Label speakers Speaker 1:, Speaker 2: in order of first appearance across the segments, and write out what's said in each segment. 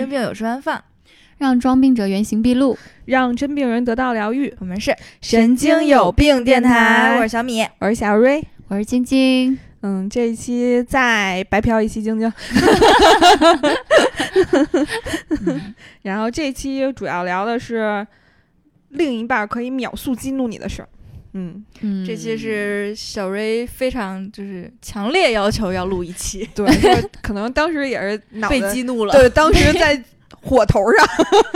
Speaker 1: 真病有处安放，
Speaker 2: 让装病者原形毕露，
Speaker 3: 让真病人得到疗愈。
Speaker 1: 我们是
Speaker 3: 神经有病电台，
Speaker 1: 我是小米，
Speaker 3: 我是小瑞，
Speaker 2: 我是晶晶。
Speaker 3: 这一期再白嫖一期晶晶然后这一期主要聊的是另一半可以秒速激怒你的事儿。
Speaker 1: 这期是小瑞非常就是强烈要求要录一期，
Speaker 3: 对，就是可能当时也是脑
Speaker 1: 被激怒了，
Speaker 3: 对，当时在火头上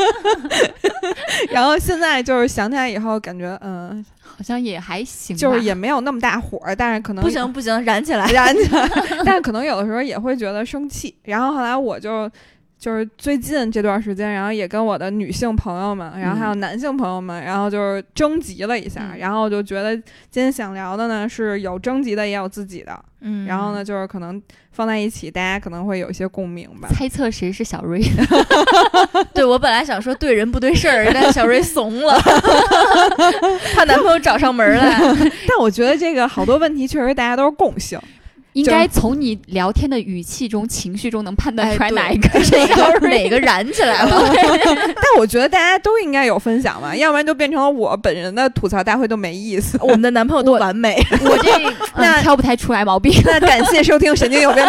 Speaker 3: 然后现在就是想起来以后感觉
Speaker 2: 好像也还行吧，
Speaker 3: 就是也没有那么大火，但是可能
Speaker 1: 不行燃起来
Speaker 3: 但是可能有的时候也会觉得生气。然后后来我就是最近这段时间，然后也跟我的女性朋友们，然后还有男性朋友们，然后就是征集了一下，然后就觉得今天想聊的呢是有征集的也有自己的，然后呢就是可能放在一起，大家可能会有一些共鸣吧。
Speaker 2: 猜测谁是小瑞
Speaker 1: 对，我本来想说对人不对事儿，但小瑞怂了她男朋友找上门来
Speaker 3: 但我觉得这个好多问题确实大家都是共性，
Speaker 2: 应该从你聊天的语气中情绪中能判断出来哪一个是
Speaker 1: 哪个燃起来了
Speaker 3: 但我觉得大家都应该有分享嘛，要不然就变成了我本人的吐槽大会都没意思。
Speaker 1: 我们的男朋友都完美
Speaker 2: 我这那挑不太出来毛病
Speaker 3: 那感谢收听神经有病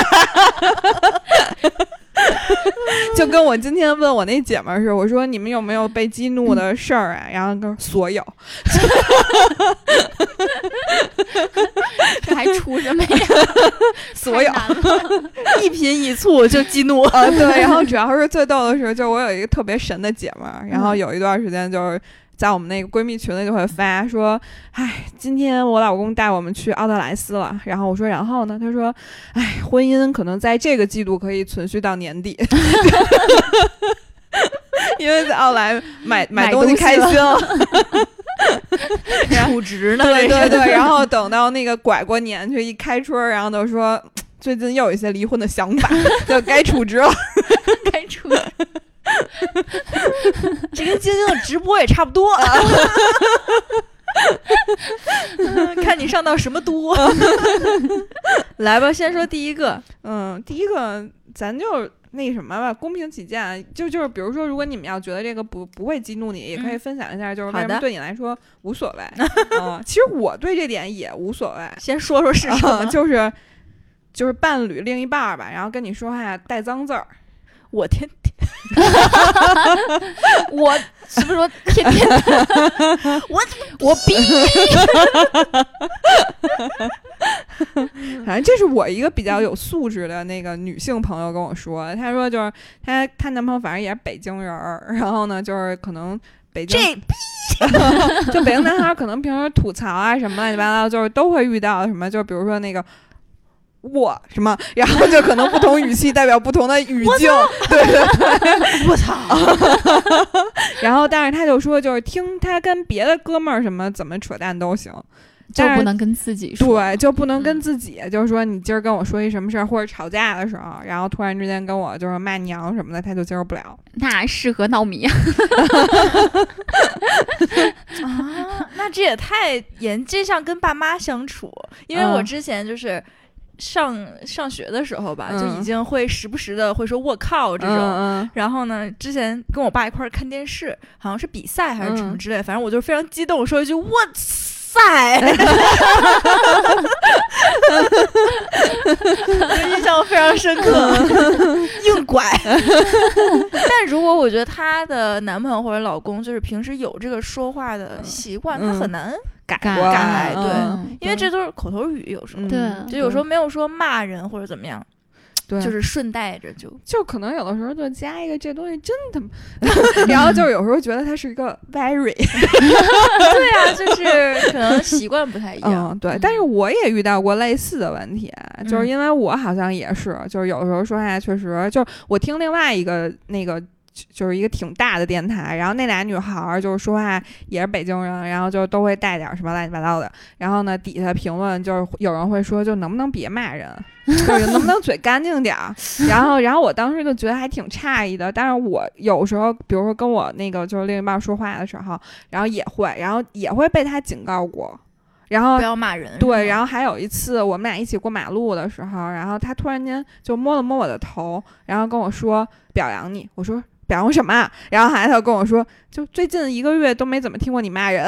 Speaker 3: 就跟我今天问我那姐们儿似的，我说你们有没有被激怒的事儿啊？然后跟所有
Speaker 2: 这还出什么呀
Speaker 3: 所有
Speaker 1: 一颦一蹙就激怒
Speaker 3: 对，然后主要是最逗的是，就我有一个特别神的姐们儿，然后有一段时间就是在我们那个闺蜜群里就会发说，今天我老公带我们去奥特莱斯了。然后我说然后呢？他说婚姻可能在这个季度可以存续到年底因为在奥莱买东西开心了
Speaker 1: 储值呢
Speaker 3: 对，然后等到那个拐过年去一开春，然后就说最近又有一些离婚的想法就该储值了
Speaker 2: 该储值
Speaker 1: 这跟晶晶的直播也差不多看你上到什么多来吧，先说第一个
Speaker 3: 第一个咱就那什么吧，公平起见，就是比如说如果你们要觉得这个不会激怒你，也可以分享一下就是为什么对你来说无所谓其实我对这点也无所谓。
Speaker 1: 先说说是什么
Speaker 3: 就是伴侣另一半吧，然后跟你说话带脏字儿，
Speaker 1: 我天
Speaker 2: 我什么时候天天我逼
Speaker 3: 反正这是我一个比较有素质的那个女性朋友跟我说，她说就是她男朋友反正也是北京人，然后呢就是可能北京就北京男孩可能平时吐槽啊什么乱七八糟，就是都会遇到什么，就比如说那个我什么，然后就可能不同语气代表不同的语境对
Speaker 1: 我操
Speaker 3: 然后但是他就说就是听他跟别的哥们儿什么怎么扯淡都行，
Speaker 2: 就不能跟自己说，
Speaker 3: 对，就不能跟自己就是说你今儿跟我说一什么事儿，或者吵架的时候，然后突然之间跟我就是骂娘什么的，他就接受不了。
Speaker 2: 那适合闹米
Speaker 1: 那这也太这像跟爸妈相处，因为我之前就是上学的时候吧，就已经会时不时的会说我靠这种然后呢之前跟我爸一块儿看电视，好像是比赛还是什么之类反正我就非常激动说一句我塞印象非常深刻硬拐但如果我觉得她的男朋友或者老公就是平时有这个说话的习惯他很难改对因为这都是口头语，有时候
Speaker 2: 对，
Speaker 1: 就有时候没有说骂人或者怎么样，对，就是顺带着
Speaker 3: 就可能有的时候就加一个这东西真的然后就有时候觉得它是一个 very
Speaker 1: 对啊，就是可能习惯不太一样
Speaker 3: 对，但是我也遇到过类似的问题就是因为我好像也是就是有时候说话确实就我听另外一个那个就是一个挺大的电台，然后那俩女孩就是说话也是北京人，然后就都会带点什么乱七八糟的，然后呢底下评论就是有人会说就能不能别骂人就是能不能嘴干净点然后我当时就觉得还挺诧异的，但是我有时候比如说跟我那个就是另一半说话的时候，然后也会被他警告过， 然后
Speaker 1: 不要骂人。
Speaker 3: 对，然后还有一次我们俩一起过马路的时候，然后他突然间就摸了摸我的头，然后跟我说表扬你。我说表扬什么？然后他跟我说，就最近1个月都没怎么听过你骂人。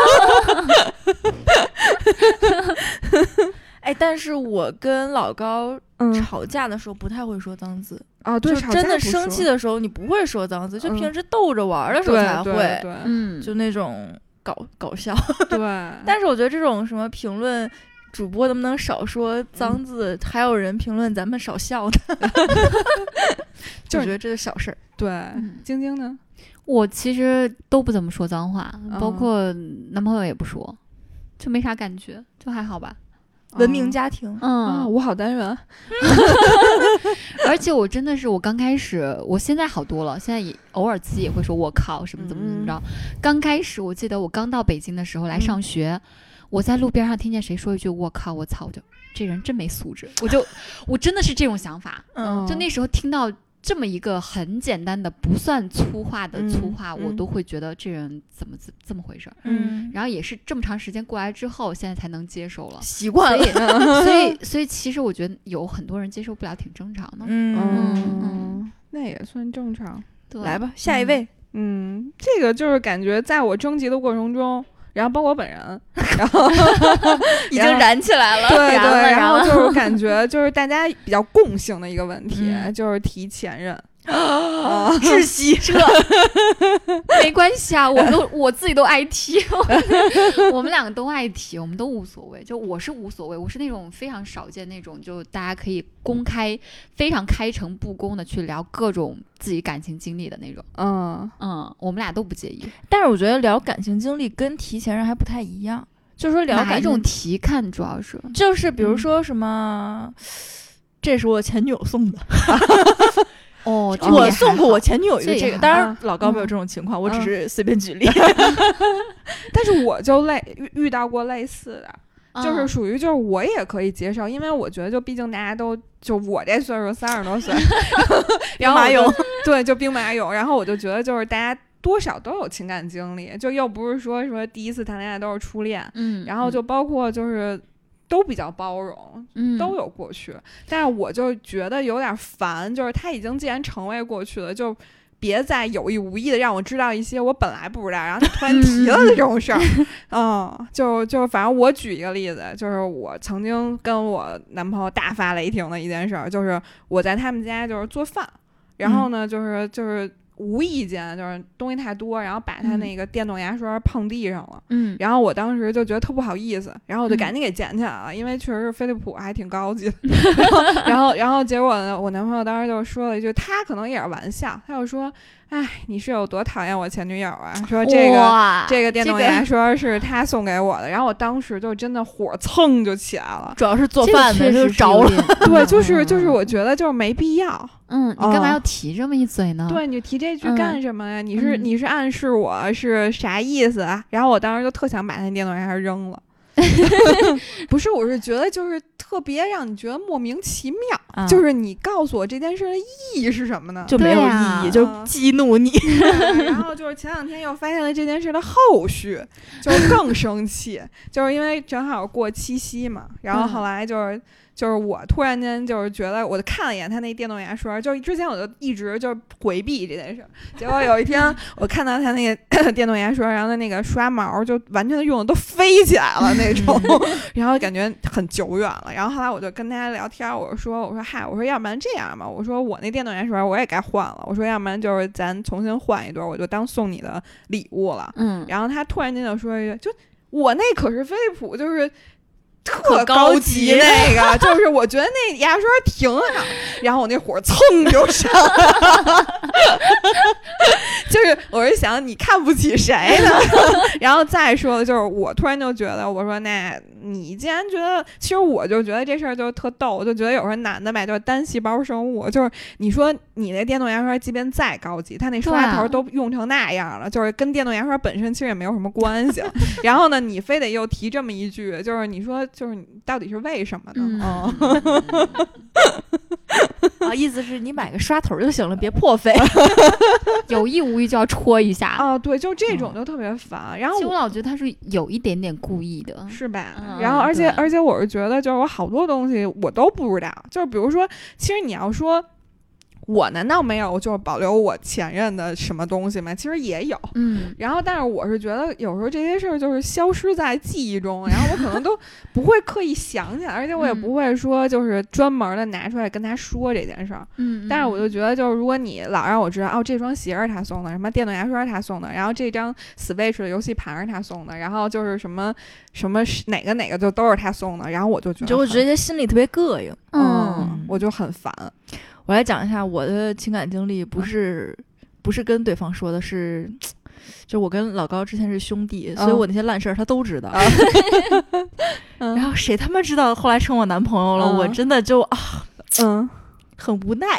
Speaker 1: 哎，但是我跟老高吵架的时候不太会说脏字。
Speaker 3: 对，
Speaker 1: 就真的生气的时候你不会说脏字，就平时逗着玩的时候才会。
Speaker 3: 对，
Speaker 1: 就那种搞笑。
Speaker 3: 对。
Speaker 1: 但是我觉得这种什么评论主播能不能少说脏字，还有人评论咱们少笑的。就我觉得这是小事儿。
Speaker 3: 对，晶晶呢？
Speaker 2: 我其实都不怎么说脏话，包括男朋友也不说，就没啥感觉，就还好吧。
Speaker 1: 文明家庭。
Speaker 3: 我好单元。
Speaker 2: 而且我真的是，我刚开始，我现在好多了，现在也偶尔自己也会说我靠什么怎么着。刚开始我记得我刚到北京的时候来上学，我在路边上听见谁说一句我靠我操，就这人真没素质，我真的是这种想法。就那时候听到这么一个很简单的不算粗话的粗话，我都会觉得这人怎么这么回事。然后也是这么长时间过来之后，现在才能接受了，
Speaker 1: 习惯了。
Speaker 2: 所以其实我觉得有很多人接受不了，挺正常的。
Speaker 3: 那也算正常。
Speaker 2: 对，
Speaker 1: 来吧，下一位。
Speaker 3: 这个就是感觉在我征集的过程中，然后包括我本人，然后
Speaker 1: 已经燃起来了。
Speaker 3: 对，然后就是感觉就是大家比较共性的一个问题，就是提前任。
Speaker 1: 窒息，
Speaker 2: 没关系啊，我自己都爱提，我们两个都爱提，我们都无所谓。就我是无所谓，我是那种非常少见那种，就大家可以公开、非常开诚布公的去聊各种自己感情经历的那种。我们俩都不介意。
Speaker 1: 但是我觉得聊感情经历跟提前任还不太一样，就是说聊
Speaker 2: 哪一种题看，主要是
Speaker 1: 就是比如说什么，这是我前女友送的。我送过我前女友一个这个，当然老高没有这种情况，我只是随便举例。
Speaker 3: 但是我就遇到过类似的，就是属于就是我也可以接受，因为我觉得就毕竟大家都就我这岁数30多岁，
Speaker 1: 兵马俑。
Speaker 3: 对，就兵马俑。然后我就觉得就是大家多少都有情感经历，就又不是说第一次谈恋爱都是初恋，然后就包括就是都比较包容，都有过去。但是我就觉得有点烦，就是他已经既然成为过去了，就别再有意无意的让我知道一些我本来不知道，然后他突然提了的这种事儿。就反正我举一个例子，就是我曾经跟我男朋友大发雷霆的一件事儿，就是我在他们家就是做饭，然后呢就是无意间就是东西太多，然后把他那个电动牙刷碰地上了。然后我当时就觉得特不好意思，然后我就赶紧给捡起来了，因为确实是飞利浦还挺高级的。然后结果呢，我男朋友当时就说了一句，他可能也是玩笑，他就说：“哎，你是有多讨厌我前女友啊？说这个电动牙刷是他送给我的。”然后我当时就真的火蹭就起来了，
Speaker 1: 主要是做饭的就着了。
Speaker 3: 对，就是我觉得就是没必要。
Speaker 2: 你干嘛要提这么一嘴呢？
Speaker 3: 对，你提这句干什么呀？你是暗示我是啥意思啊？然后我当时就特想把那电动牙刷扔了。不是，我是觉得就是特别让你觉得莫名其妙，就是你告诉我这件事的意义是什么呢？
Speaker 1: 就没有意义，就激怒你。
Speaker 3: 然后就是前2天又发现了这件事的后续，就更生气，就是因为正好过七夕嘛，然后后来就是我突然间就是觉得，我就看了一眼他那电动牙刷，就之前我就一直就回避这件事，结果有一天我看到他那个电动牙刷，然后他那个刷毛就完全的用的都飞起来了那种，然后感觉很久远了。然后后来我就跟他聊天，我说嗨，我说要不然这样吧，我说我那电动牙刷我也该换了，我说要不然就是咱重新换一对，我就当送你的礼物了。然后他突然间就说一句，就我那可是飞利浦，就是特高级那个，就是我觉得那牙刷挺好，然后我那火蹭就上了。就是我是想你看不起谁呢？然后再说的就是我突然就觉得，我说那你既然觉得，其实我就觉得这事儿就特逗，我就觉得有时候男的吧，就是单细胞生物，就是你说你那电动牙刷即便再高级，它那刷头都用成那样了，就是跟电动牙刷本身其实也没有什么关系。然后呢，你非得又提这么一句，就是你说就是你到底是为什么呢？
Speaker 1: 啊，意思是你买个刷头就行了，别破费。
Speaker 2: 有意无意就要戳一下。
Speaker 3: 啊，对，就这种就特别烦。然后
Speaker 2: 我老觉得他是有一点点故意的，
Speaker 3: 是吧？然后而且我是觉得，就是我好多东西我都不知道，就是比如说，其实你要说。我难道没有就是保留我前任的什么东西吗？其实也有，然后但是我是觉得有时候这些事儿就是消失在记忆中，然后我可能都不会刻意想起来，而且我也不会说就是专门的拿出来跟他说这件事儿。但是我就觉得就是如果你老让我知道哦这双鞋是他送的，什么电动牙刷是他送的，然后这张 Switch 的游戏盘是他送的，然后就是什么哪个就都是他送的，然后我就觉
Speaker 1: 得心里特别膈应，
Speaker 3: 我就很烦。
Speaker 1: 我来讲一下我的情感经历，不是跟对方说的，是就我跟老高之前是兄弟，所以我那些烂事儿他都知道。然后谁他妈知道后来成我男朋友了，我真的就很无奈。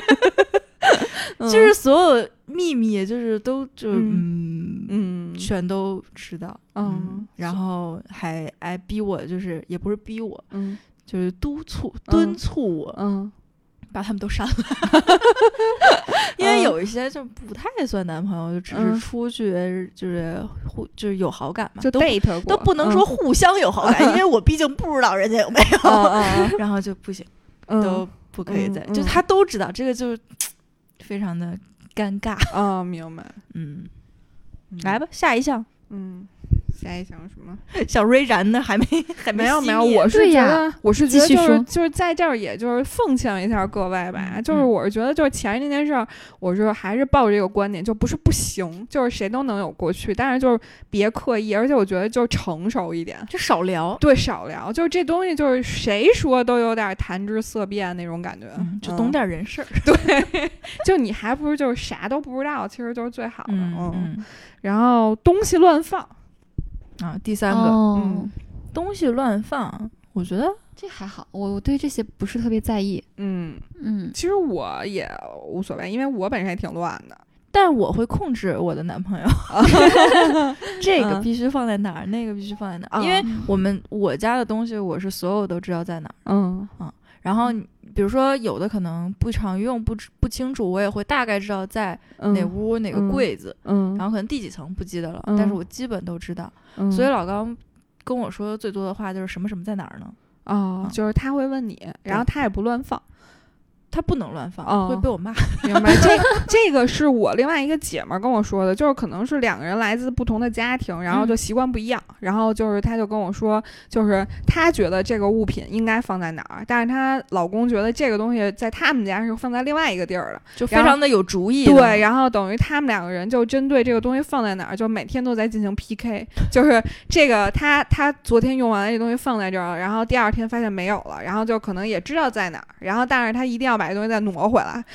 Speaker 1: 就是所有秘密就是都全都知道。然后还逼我，就是也不是逼我，就是敦促我。把他们都删了。因为有一些就不太算男朋友，就只是出去就是有好感嘛，
Speaker 3: 就 date 过，
Speaker 1: 都不能说互相有好感，因为我毕竟不知道人家有没有。然后就不行，都不可以再，就他都知道，这个就非常的尴尬。
Speaker 3: 明白。
Speaker 1: 来吧，下一项。
Speaker 3: 下一项什么？
Speaker 1: 小瑞燃的还没
Speaker 3: 有，我是觉得就是在这儿，也就是奉劝一下各位吧，就是我是觉得就是前任那件事儿，我是还是抱着这个观点，就不是不行，就是谁都能有过去，但是就是别刻意，而且我觉得就成熟一点，
Speaker 1: 就少聊，
Speaker 3: 对，少聊，就是这东西就是谁说都有点谈之色变那种感觉，
Speaker 1: 就懂点人事儿，
Speaker 3: 对，就你还不如就是啥都不知道，其实就是最好的，然后东西乱放。
Speaker 1: 第三个，东西乱放，我觉得
Speaker 2: 这还好，我对这些不是特别在意。
Speaker 3: 其实我也无所谓，因为我本身也挺乱的，
Speaker 1: 但我会控制我的男朋友。这个必须放在哪儿，那个必须放在哪儿，因为我家的东西我是所有都知道在哪儿。然后比如说有的可能不常用不清楚，我也会大概知道在哪屋哪个柜子，然后可能第几层不记得了，但是我基本都知道。所以老高跟我说最多的话就是什么什么在哪儿呢？
Speaker 3: 就是他会问你，然后他也不乱放。
Speaker 1: 他不能乱放，会被我骂。
Speaker 3: 明白。这个是我另外一个姐们儿跟我说的，就是可能是两个人来自不同的家庭，然后就习惯不一样，然后就是她就跟我说，就是她觉得这个物品应该放在哪儿，但是她老公觉得这个东西在他们家是放在另外一个地儿的，
Speaker 1: 就非常的有主意。
Speaker 3: 对，然后等于他们两个人就针对这个东西放在哪儿，就每天都在进行 PK， 就是这个他昨天用完了这东西放在这儿，然后第二天发现没有了，然后就可能也知道在哪儿，然后但是他一定要把这东西再挪回来。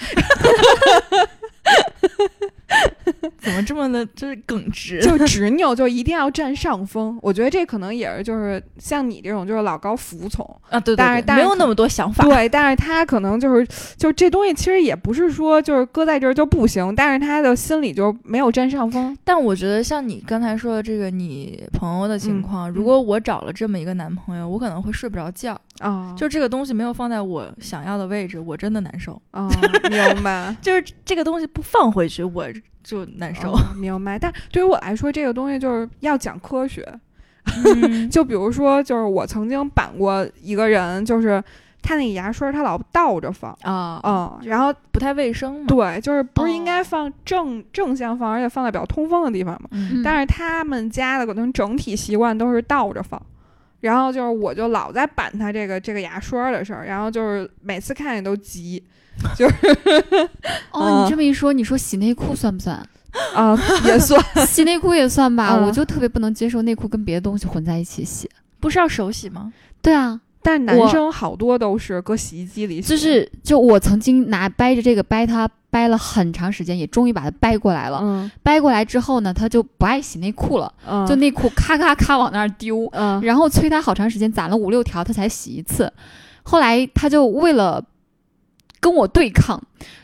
Speaker 1: 怎么这么的就是耿直，
Speaker 3: 就执拗，就一定要占上风。我觉得这可能也是就是像你这种就是老高服从
Speaker 1: 啊，对，但是没有那么多想法。
Speaker 3: 对，但是他可能就这东西其实也不是说就是搁在这儿就不行，但是他的心里就没有占上风。
Speaker 1: 但我觉得像你刚才说的这个你朋友的情况，如果我找了这么一个男朋友，我可能会睡不着觉啊，就这个东西没有放在我想要的位置，我真的难受
Speaker 3: 啊。明白，
Speaker 1: 就是这个东西不放回去，我就难受。
Speaker 3: 明白。但对于我来说，这个东西就是要讲科学。就比如说，就是我曾经板过一个人，就是他那个牙刷他老倒着放然后
Speaker 1: 不太卫生嘛。
Speaker 3: 对，就是不是应该放正向放，而且放在比较通风的地方嘛。但是他们家的可能整体习惯都是倒着放。然后就是我就老在板他这个牙刷的事儿，然后就是每次看见都急，就是
Speaker 2: 你这么一说，你说洗内裤算不算？
Speaker 3: 也算。
Speaker 2: 洗内裤也算吧。我就特别不能接受内裤跟别的东西混在一起洗。
Speaker 1: 不是要手洗吗？
Speaker 2: 对啊，
Speaker 3: 但是男生好多都是搁洗衣机里洗。
Speaker 2: 就我曾经掰着这个掰它掰了很长时间，也终于把它掰过来了。掰过来之后呢，他就不爱洗内裤了，就内裤咔咔咔往那儿丢，然后催他好长时间，攒了5、6条他才洗一次。后来他就为了跟我对抗，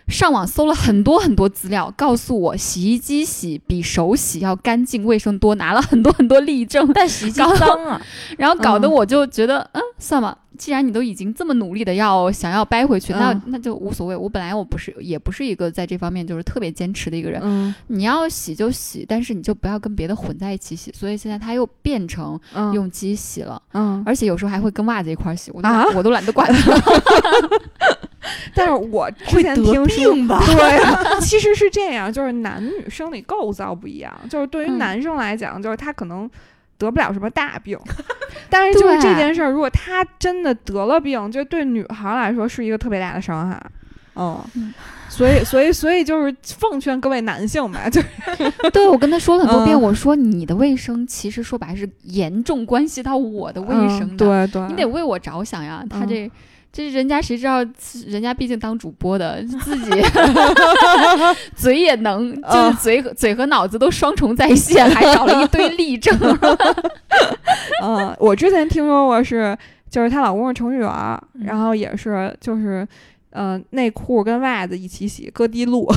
Speaker 2: 上网搜了很多很多资料，告诉我洗衣机洗比手洗要干净卫生多，拿了很多很多例证，
Speaker 1: 但洗衣机脏啊，
Speaker 2: 然后搞得我就觉得算吧，既然你都已经这么努力的想要掰回去，那就无所谓。我本来也不是一个在这方面就是特别坚持的一个人，你要洗就洗，但是你就不要跟别的混在一起洗。所以现在它又变成用机洗了，而且有时候还会跟袜子一块洗，我都懒得管它了。
Speaker 3: 但是我之前听说吧，对，其实是这样，就是男女生理构造不一样，就是对于男生来讲，就是他可能得不了什么大病，但是就是这件事儿，如果他真的得了病，就对女孩来说是一个特别大的伤害。所以就是奉劝各位男性吧，就是
Speaker 2: 对，我跟他说了很多遍，我说你的卫生其实说白是严重关系到我的卫生的，
Speaker 3: 对，
Speaker 2: 你得为我着想呀。他这人家谁知道，人家毕竟当主播的，自己嘴也能，就是嘴和脑子都双重在线，还找了一堆例证。
Speaker 3: 我之前听说过就是她老公是程序员，然后也是就是内裤跟袜子一起洗，搁滴露，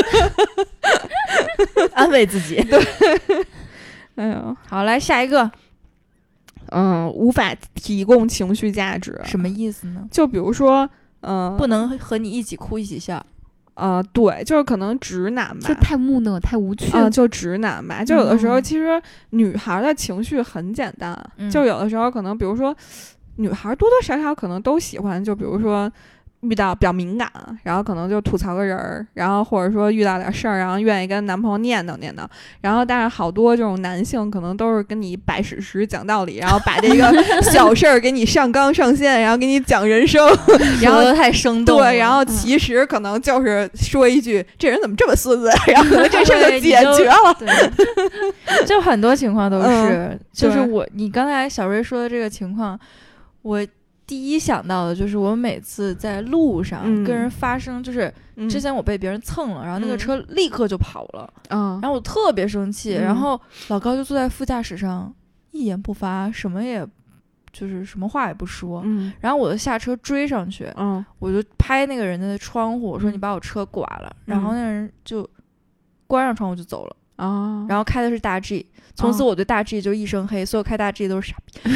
Speaker 1: 安慰自己。
Speaker 3: 对，哎呦，
Speaker 1: 好，来下一个。
Speaker 3: 无法提供情绪价值，
Speaker 1: 什么意思呢？
Speaker 3: 就比如说，
Speaker 1: 不能和你一起哭一起笑。
Speaker 3: 对，就是可能直男吧，
Speaker 2: 就太木讷太无趣
Speaker 3: 就直男吧，就有的时候其实女孩的情绪很简单，就有的时候可能比如说女孩多多少少可能都喜欢，就比如说遇到比较敏感，然后可能就吐槽个人儿，然后或者说遇到点事儿，然后愿意跟男朋友念叨念叨，然后但是好多这种男性可能都是跟你摆史实讲道理，然后把这个小事儿给你上纲上线，然后给你讲人生，然后
Speaker 1: 太生动了，
Speaker 3: 对，然后其实可能就是说一句这人怎么这么孙子，然后可能这事儿就解决了。
Speaker 1: 对，就很多情况都是，就是你刚才小瑞说的这个情况，我第一想到的就是我每次在路上跟人发生，就是之前我被别人蹭了，然后那个车立刻就跑了，然后我特别生气，然后老高就坐在副驾驶上一言不发，什么也就是什么话也不说，然后我就下车追上去，我就拍那个人的窗户，我说你把我车剐了，然后那个人就关上窗户就走了。然后开的是大 G， 从此我对大 G 就一身黑，所有开大 G 都是傻逼。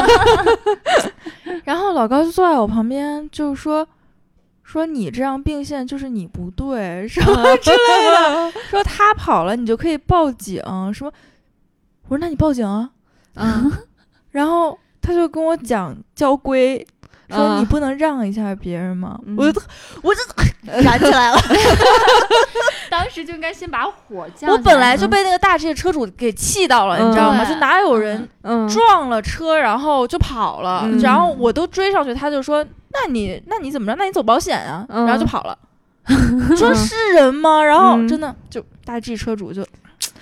Speaker 1: 然后老高就坐在我旁边，就说你这样并线就是你不对，什么之类的，说他跑了你就可以报警，什么？我说那你报警啊，然后他就跟我讲交规。说你不能让一下别人吗？我就燃起来了。
Speaker 2: 当时就应该先把火降下来。
Speaker 1: 我本来就被那个大 G 的车主给气到了，你知道吗？就哪有人撞了车然后就跑了，然后我都追上去，他就说那你怎么着？那你走保险啊？然后就跑了。说是人吗？然后真的就大 G 车主就。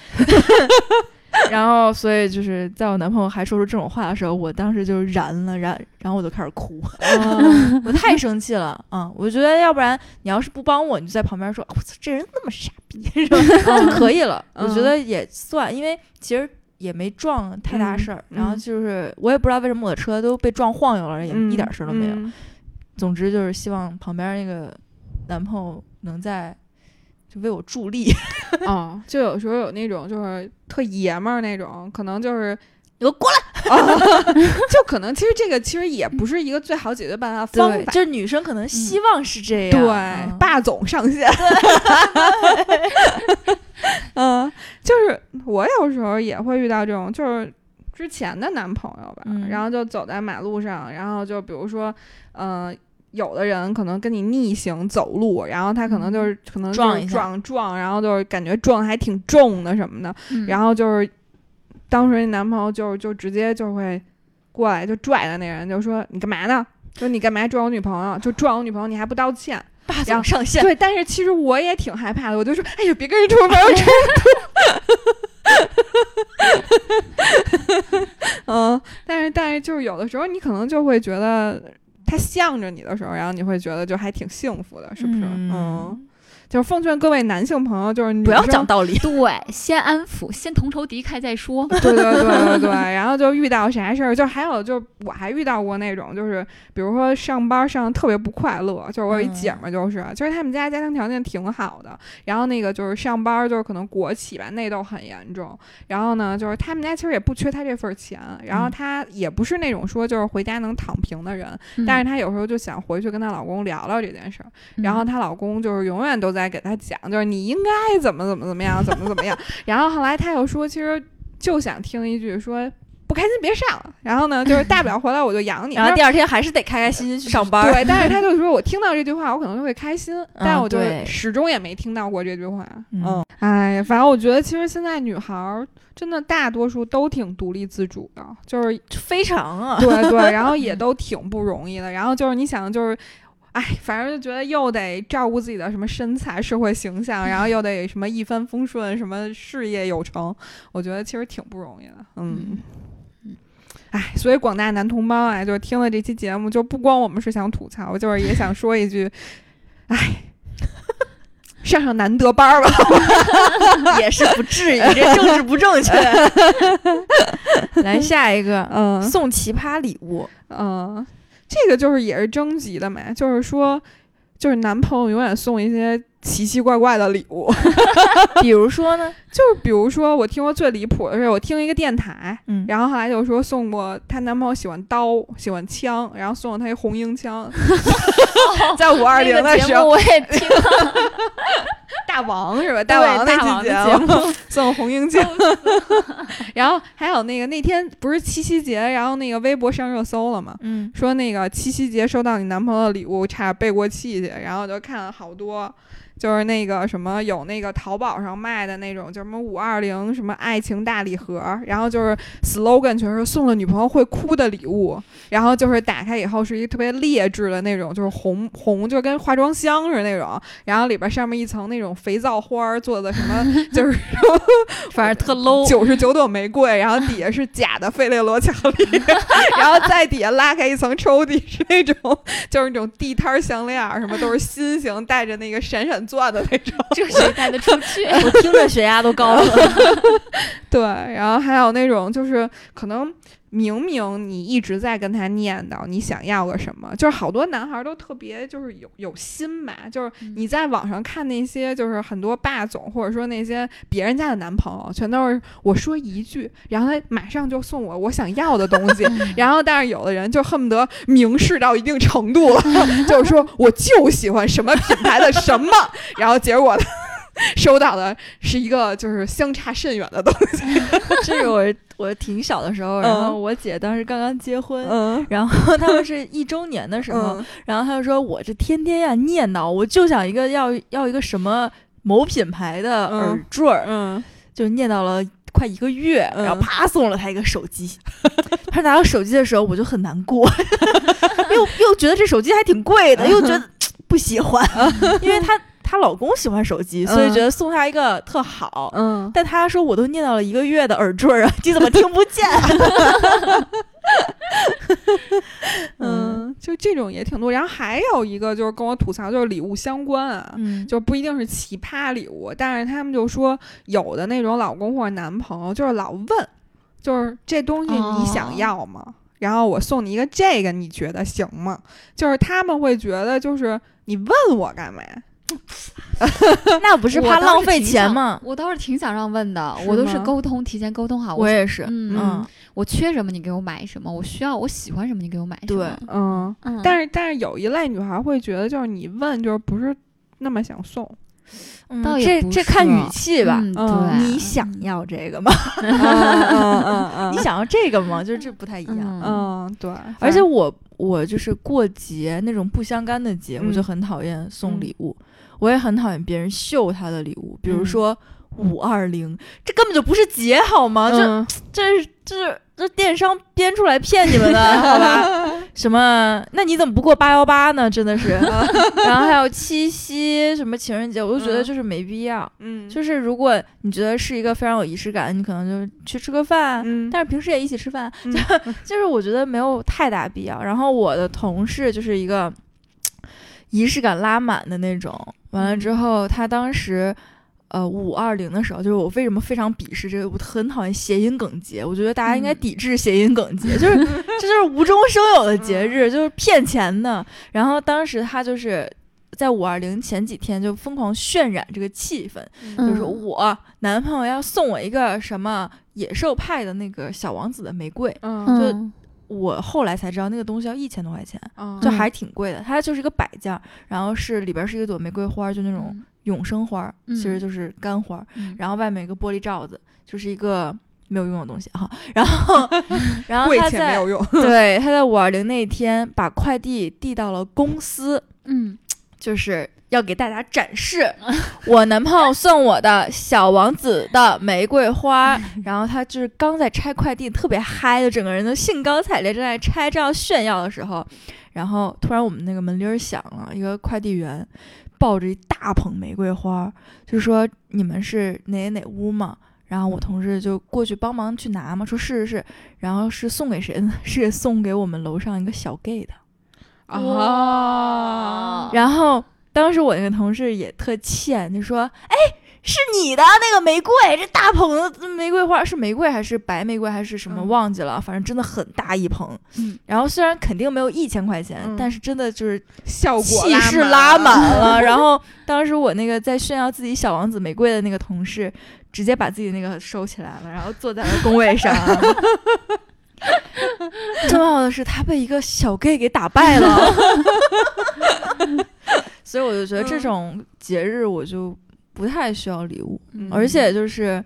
Speaker 1: 然后，所以就是在我男朋友还说出这种话的时候，我当时就燃了，然后我就开始哭，我太生气了啊！我觉得要不然你要是不帮我，你就在旁边说，我操，这人那么傻逼，是吧？就可以了。我觉得也算，因为其实也没撞太大事儿，然后就是我也不知道为什么我的车都被撞晃悠了，也一点事儿都没有。总之就是希望旁边那个男朋友能在。就为我助力
Speaker 3: 就有时候有那种就是特爷们儿那种，可能就是
Speaker 1: 你给我过来
Speaker 3: 就可能其实这个其实也不是一个最好解决办法方法，
Speaker 1: 就是女生可能希望是这样，
Speaker 3: 对，霸总上线。就是我有时候也会遇到这种，就是之前的男朋友吧，然后就走在马路上，然后就比如说有的人可能跟你逆行走路，然后他可能就是撞，然后就是感觉撞还挺重的什么的，然后就是当时那男朋友就直接就会过来就拽着那人，就说你干嘛呢？说你干嘛撞我女朋友？就撞我女朋友你还不道歉？
Speaker 1: 霸总上线。
Speaker 3: 对，但是其实我也挺害怕的，我就说哎呀别跟人出门有冲突。但是就是有的时候你可能就会觉得他向着你的时候，然后你会觉得就还挺幸福的，是不是？ 就是奉劝各位男性朋友，就是女生
Speaker 1: 不要讲道理，
Speaker 2: 对，先安抚，先同仇敌忾再说。
Speaker 3: 对，然后就遇到啥事儿，就还有就是我还遇到过那种，就是比如说上班上得特别不快乐，就是我有一姐们儿，就是他们家庭条件挺好的，然后那个就是上班就是可能国企吧，内斗很严重，然后呢就是他们家其实也不缺他这份钱，然后他也不是那种说就是回家能躺平的人，但是他有时候就想回去跟她老公聊聊这件事儿，然后她老公就是永远都在给她讲，就是你应该怎么样，怎么样，然后后来他又说，其实就想听一句说不开心别上，然后呢就是大不了回来我就养你，
Speaker 1: 然后第二天还是得开开心心去上班。
Speaker 3: 对，但是他就说我听到这句话我可能就会开心，但我就始终也没听到过这句话。哎，反正我觉得其实现在女孩真的大多数都挺独立自主的，就是
Speaker 1: 非常啊，
Speaker 3: 对，然后也都挺不容易的，然后就是你想就是哎，反正就觉得又得照顾自己的什么身材、社会形象，然后又得什么一帆风顺、什么事业有成，我觉得其实挺不容易的。哎，所以广大男同胞啊，就是听了这期节目，就不光我们是想吐槽，就是也想说一句，哎，上男德班吧，
Speaker 1: 也是不至于，这政治不正确。来下一个，送奇葩礼物，
Speaker 3: 这个就是也是征集的嘛，就是说，就是男朋友永远送一些奇奇怪怪的礼物，
Speaker 1: 比如说呢，
Speaker 3: 就是比如说我听过最离谱的是，我听一个电台，然后后来就说送过她男朋友喜欢刀，喜欢枪，然后送了她一红缨枪，在520的时候
Speaker 2: 我也听了。
Speaker 3: 大王是吧？大王那期节目送红缨枪，然后还有那天不是七夕节，然后那个微博上热搜了嘛，说那个七夕节收到你男朋友的礼物，差点背过气去，然后就看了好多。就是那个什么有那个淘宝上卖的那种叫什么520什么爱情大礼盒，然后就是 slogan 全是送了女朋友会哭的礼物，然后就是打开以后是一个特别劣质的那种，就是红就跟化妆箱似的那种，然后里边上面一层那种肥皂花做的什么就是
Speaker 1: 反正特 low
Speaker 3: 99朵玫瑰，然后底下是假的费列罗巧克力，然后在底下拉开一层抽屉是那种就是那种地摊项链什么都是心形带着那个闪闪钻的那种，
Speaker 2: 这谁带得出去？
Speaker 1: 我听着血压都高了。
Speaker 3: 对，然后还有那种就是可能明明你一直在跟他念叨你想要个什么，就是好多男孩都特别就是有心吧，就是你在网上看那些就是很多霸总或者说那些别人家的男朋友，全都是我说一句，然后他马上就送我想要的东西，然后但是有的人就恨不得明示到一定程度了，就是说我就喜欢什么品牌的什么，然后结果收到的是一个就是相差甚远的东西。
Speaker 1: 这个我挺小的时候，然后我姐当时刚刚结婚，然后他们是1周年的时候，然后他就说我这天天呀念叨，我就想要一个什么某品牌的耳坠儿，就念叨了快1个月，然后啪送了他一个手机。他拿到手机的时候，我就很难过，又觉得这手机还挺贵的，又觉得不喜欢，因为她老公喜欢手机，所以觉得送她一个特好。但她说我都念叨了1个月的耳坠啊，你怎么听不见？
Speaker 3: 就这种也挺多。然后还有一个就是跟我吐槽，就是礼物相关啊，就不一定是奇葩礼物，但是他们就说有的那种老公或者男朋友就是老问，就是这东西你想要吗？然后我送你一个这个，你觉得行吗？就是他们会觉得就是你问我干嘛？
Speaker 1: 那不是怕浪费钱吗？
Speaker 2: 我倒是挺想让问的，我都是提前沟通好。
Speaker 1: 我也是，
Speaker 2: 我缺什么你给我买什么，我喜欢什么你给我买什么。
Speaker 3: 对，但是有一类女孩会觉得，就是你问就是不是那么想送。
Speaker 2: 这
Speaker 1: 看语气吧。
Speaker 2: 对，
Speaker 1: 你想要这个吗？你想要这个吗？就是这不太一样。
Speaker 3: 对。
Speaker 1: 而且我就是过节那种不相干的节，我就很讨厌送礼物。我也很讨厌别人秀他的礼物，比如说520，这根本就不是节好吗？这电商编出来骗你们的，好吧？什么？那你怎么不过818呢？真的是。然后还有七夕，什么情人节，我都觉得就是没必要。就是如果你觉得是一个非常有仪式感，你可能就去吃个饭，但是平时也一起吃饭，就是我觉得没有太大必要。然后我的同事就是一个仪式感拉满的那种。完了之后，他当时520的时候，就是我为什么非常鄙视这个，我很讨厌谐音梗节，我觉得大家应该抵制谐音梗节，就是这就是无中生有的节日，就是骗钱的。然后当时他就是在520前几天就疯狂渲染这个气氛，就是我男朋友要送我一个什么野兽派的那个小王子的玫瑰，就我后来才知道那个东西要1000多块钱，就还挺贵的。它就是一个摆件，然后里边是一朵玫瑰花，就那种永生花，其实就是干花，然后外面一个玻璃罩子，就是一个没有用的东西哈。然后他在
Speaker 3: 没有用
Speaker 1: 对，他在520那天把快递递到了公司，就是要给大家展示我男朋友送我的小王子的玫瑰花。然后他就是刚在拆快递，特别嗨的，整个人都兴高采烈正在拆，这样炫耀的时候，然后突然我们那个门铃响了，一个快递员抱着一大捧玫瑰花，就说你们是哪屋吗？然后我同事就过去帮忙去拿嘛，说是，然后是送给谁呢？是送给我们楼上一个小 gay 的。然后当时我那个同事也特欠，就说哎，是你的那个玫瑰，这大捧的玫瑰花是玫瑰还是白玫瑰还是什么忘记了，反正真的很大一捧。然后虽然肯定没有1000块钱，但是真的就是
Speaker 3: 效果
Speaker 1: 气势拉满了。然后当时我那个在炫耀自己小王子玫瑰的那个同事直接把自己那个收起来了，然后坐在了工位上。重要的是他被一个小 gay 给打败了。所以我就觉得这种节日我就不太需要礼物，而且就是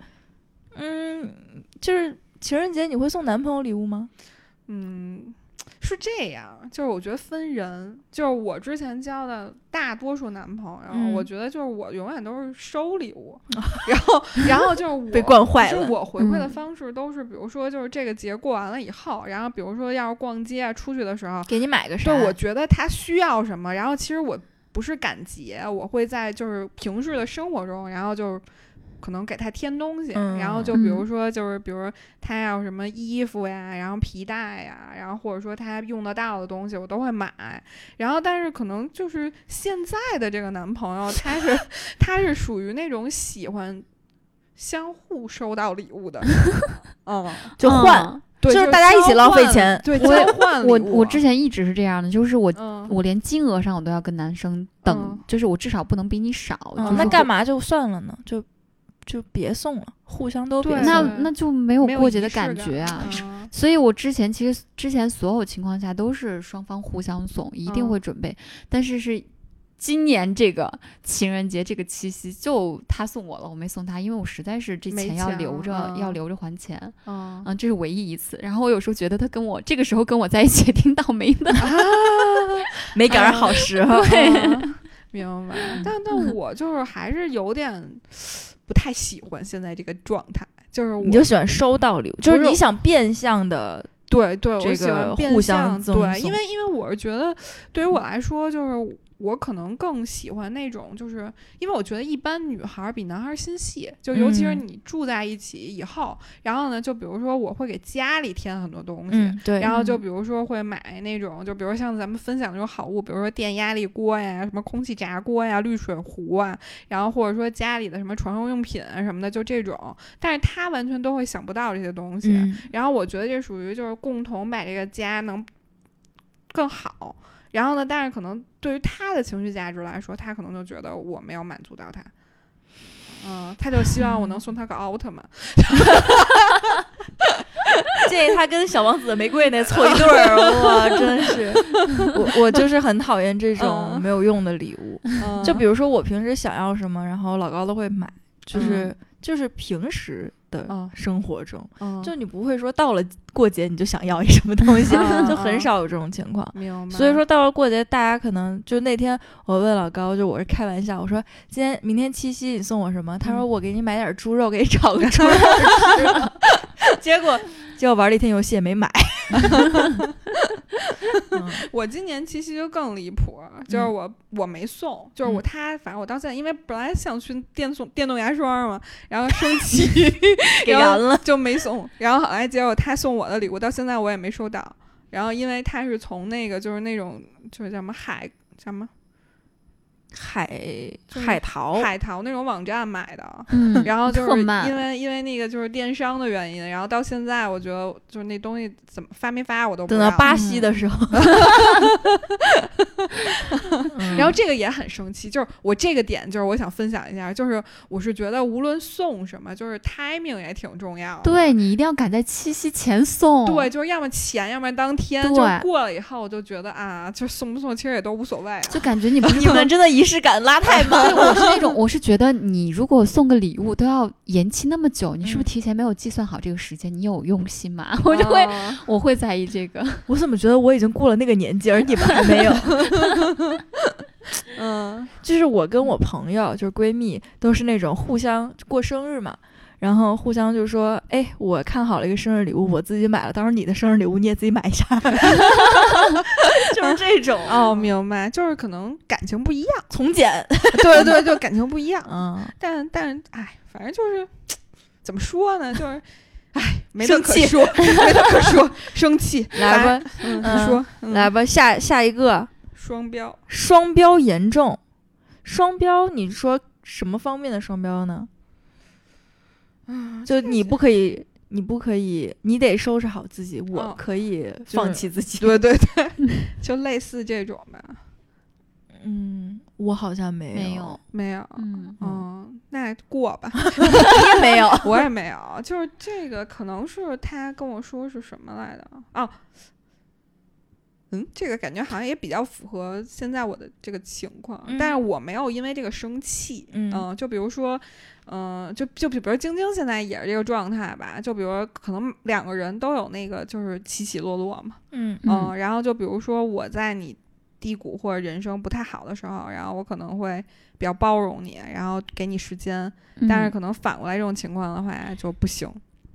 Speaker 1: 就是情人节你会送男朋友礼物吗？
Speaker 3: 是这样，就是我觉得分人，就是我之前交的大多数男朋友，我觉得就是我永远都是收礼物，然后就是我
Speaker 1: 被惯坏了。
Speaker 3: 我回馈的方式都是，比如说就是这个节过完了以后，然后比如说要是逛街啊出去的时候，
Speaker 1: 给你买个啥？
Speaker 3: 对，我觉得他需要什么，然后其实我不是赶节，我会在就是平时的生活中，然后就是可能给他添东西，然后就比如说就是比如他要什么衣服呀，然后皮带呀，然后或者说他用得到的东西我都会买。然后但是可能就是现在的这个男朋友他是属于那种喜欢相互收到礼物的。
Speaker 1: 就换
Speaker 3: 对，
Speaker 1: 就是大家一起浪费钱。
Speaker 3: 对，交换礼物。
Speaker 2: 我之前一直是这样的，就是我连金额上我都要跟男生等，就是我至少不能比你少。
Speaker 1: 那干嘛就算了呢？就别送了，互相都别送。
Speaker 2: 那就没有过节的感觉啊。所以我之前所有情况下都是双方互相送，一定会准备。但是今年这个情人节这个七夕就他送我了，我没送他，因为我实在是这钱要留着，要留着还钱。这是唯一一次。然后我有时候觉得他这个时候跟我在一起挺倒霉的，
Speaker 1: 没赶上好时候。
Speaker 2: 对，
Speaker 3: 明白。但我就是还是有点不太喜欢现在这个状态，就是
Speaker 1: 你就喜欢收到礼物，就是你想变相的。
Speaker 3: 对，
Speaker 1: 这
Speaker 3: 个
Speaker 1: 互相赠送。
Speaker 3: 对，因为我是觉得对于我来说，就是我可能更喜欢那种，就是因为我觉得一般女孩比男孩心细，就尤其是你住在一起以后，然后呢，就比如说我会给家里添很多东西，
Speaker 1: 对，
Speaker 3: 然后就比如说会买那种，就比如像咱们分享那种好物，比如说电压力锅呀、什么空气炸锅呀、滤水壶啊，然后或者说家里的什么床上用品啊什么的，就这种，但是他完全都会想不到这些东西，然后我觉得这属于就是共同把这个家能更好。然后呢，但是可能对于他的情绪价值来说，他可能就觉得我没有满足到他，他就希望我能送他个奥特曼。
Speaker 1: 建议他跟小王子的玫瑰那凑一对儿，哇，真是我就是很讨厌这种没有用的礼物。就比如说我平时想要什么，然后老高都会买，就是平时的生活中，就你不会说到了过节你就想要一什么东西，就很少有这种情况。所以说到了过节，大家可能就那天我问老高，就我是开玩笑，我说明天七夕你送我什么？他说我给你买点猪肉，给你炒个猪肉吃。结果玩了一天游戏也没买。
Speaker 3: 我今年七夕就更离谱，就是我没送，就是反正我到现在，因为本来想去电动牙刷嘛，然后生气
Speaker 1: 给燃了
Speaker 3: 就没送，然后后来结果他送我的礼物到现在我也没收到，然后因为他是从那个就是那种就是叫什么
Speaker 1: 海淘
Speaker 3: 那种网站买的，然后就是因为那个就是电商的原因，然后到现在我觉得就是那东西怎么发没发我都不知道。
Speaker 1: 等到巴西的时候，
Speaker 3: 然后这个也很生气，就是我这个点就是我想分享一下，就是我是觉得无论送什么，就是 timing 也挺重要的。
Speaker 2: 对，你一定要赶在七夕前送。
Speaker 3: 对，就是要么前，要不然当天。就过了以后，我就觉得啊，就送不送其实也都无所谓，
Speaker 2: 就感觉你不是
Speaker 1: 你们真的仪式感拉太满。
Speaker 2: 我是觉得你如果送个礼物都要延期那么久，你是不是提前没有计算好这个时间？你有用心吗？我会在意这个。
Speaker 1: 我怎么觉得我已经过了那个年纪，而你们还没有？就是我跟我朋友，就是闺蜜，都是那种互相过生日嘛。然后互相就说，哎，我看好了一个生日礼物，我自己买了，到时候你的生日礼物你也自己买一下。就是这种。
Speaker 3: 哦，明白，就是可能感情不一样，
Speaker 1: 从简。
Speaker 3: 对，就感情不一样。但哎，反正就是怎么说呢，就是哎，没得可说，没得可说，生气。
Speaker 1: 来吧，
Speaker 3: 你说，
Speaker 1: 来吧，下一个，
Speaker 3: 双
Speaker 1: 标严重。双标，你说什么方面的双标呢？就你不可以，你得收拾好自己，我可以放弃自己。
Speaker 3: 对，就类似这种吧。
Speaker 1: 我好像没
Speaker 3: 有。那过吧。
Speaker 1: 你也没有，
Speaker 3: 我也没有。就是这个，可能是他跟我说是什么来的啊？这个感觉好像也比较符合现在我的这个情况，但是我没有因为这个生气。就比如说，就比如晶晶现在也是这个状态吧，就比如可能两个人都有那个就是起起落落嘛。然后就比如说我在你低谷或者人生不太好的时候，然后我可能会比较包容你，然后给你时间，但是可能反过来这种情况的话就不行。